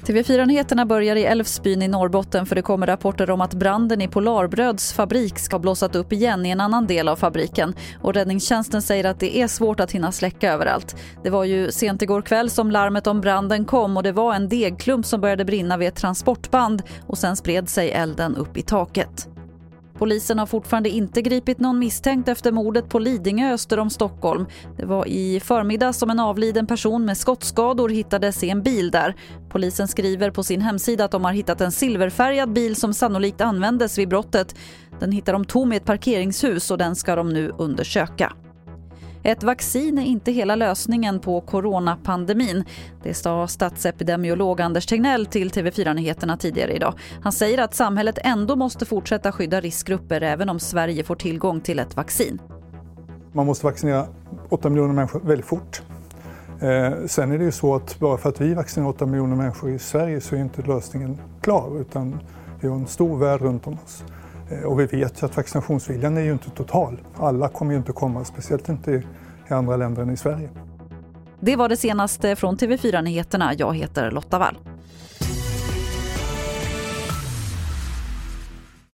TV4-nyheterna börjar i Älvsbyn i Norrbotten, för det kommer rapporter om att branden i Polarbröds fabrik ska ha blossat upp igen i en annan del av fabriken. Och räddningstjänsten säger att det är svårt att hinna släcka överallt. Det var ju sent igår kväll som larmet om branden kom, och det var en degklump som började brinna vid ett transportband och sen spred sig elden upp i taket. Polisen har fortfarande inte gripit någon misstänkt efter mordet på Lidingö öster om Stockholm. Det var i förmiddag som en avliden person med skottskador hittades i en bil där. Polisen skriver på sin hemsida att de har hittat en silverfärgad bil som sannolikt användes vid brottet. Den hittar de tom i ett parkeringshus och den ska de nu undersöka. Ett vaccin är inte hela lösningen på coronapandemin. Det sa statsepidemiolog Anders Tegnell till TV4-nyheterna tidigare idag. Han säger att samhället ändå måste fortsätta skydda riskgrupper även om Sverige får tillgång till ett vaccin. Man måste vaccinera 8 miljoner människor väldigt fort. Sen är det ju så att bara för att vi vaccinerar 8 miljoner människor i Sverige så är inte lösningen klar, utan vi har en stor värld runt om oss. Och vi vet att vaccinationsviljan är ju inte total. Alla kommer ju inte komma, speciellt inte i andra länder än i Sverige. Det var det senaste från TV4-nyheterna. Jag heter Lotta Wall.